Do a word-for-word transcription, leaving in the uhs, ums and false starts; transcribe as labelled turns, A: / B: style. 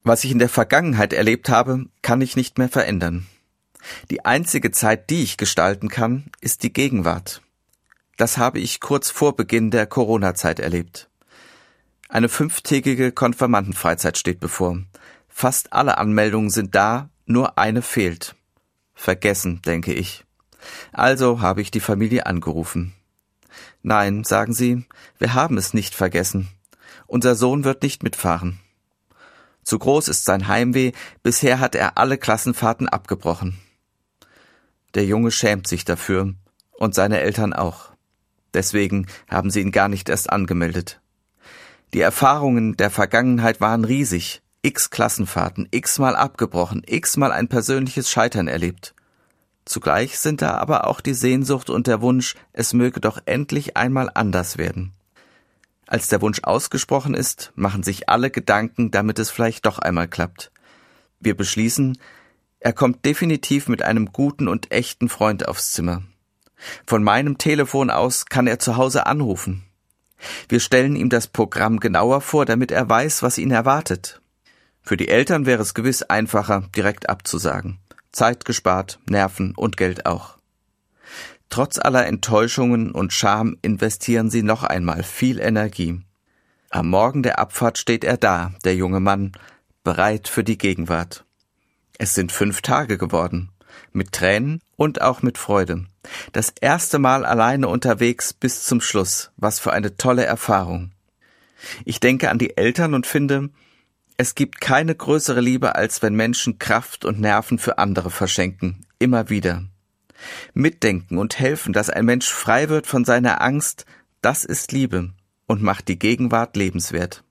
A: Was ich in der Vergangenheit erlebt habe, kann ich nicht mehr verändern. Die einzige Zeit, die ich gestalten kann, ist die Gegenwart. Das habe ich kurz vor Beginn der Corona-Zeit erlebt. Eine fünftägige Konfirmandenfreizeit steht bevor. Fast alle Anmeldungen sind da, nur eine fehlt. Vergessen, denke ich. Also habe ich die Familie angerufen. Nein, sagen sie, wir haben es nicht vergessen. Unser Sohn wird nicht mitfahren. Zu groß ist sein Heimweh, bisher hat er alle Klassenfahrten abgebrochen. Der Junge schämt sich dafür und seine Eltern auch. Deswegen haben sie ihn gar nicht erst angemeldet. Die Erfahrungen der Vergangenheit waren riesig. X Klassenfahrten, x-mal abgebrochen, x-mal ein persönliches Scheitern erlebt. Zugleich sind da aber auch die Sehnsucht und der Wunsch, es möge doch endlich einmal anders werden. Als der Wunsch ausgesprochen ist, machen sich alle Gedanken, damit es vielleicht doch einmal klappt. Wir beschließen, er kommt definitiv mit einem guten und echten Freund aufs Zimmer. Von meinem Telefon aus kann er zu Hause anrufen. Wir stellen ihm das Programm genauer vor, damit er weiß, was ihn erwartet. Für die Eltern wäre es gewiss einfacher, direkt abzusagen. Zeit gespart, Nerven und Geld auch. Trotz aller Enttäuschungen und Scham investieren sie noch einmal viel Energie. Am Morgen der Abfahrt steht er da, der junge Mann, bereit für die Gegenwart. Es sind fünf Tage geworden, mit Tränen und auch mit Freude. Das erste Mal alleine unterwegs bis zum Schluss, was für eine tolle Erfahrung. Ich denke an die Eltern und finde, es gibt keine größere Liebe, als wenn Menschen Kraft und Nerven für andere verschenken, immer wieder. Mitdenken und helfen, dass ein Mensch frei wird von seiner Angst, das ist Liebe und macht die Gegenwart lebenswert.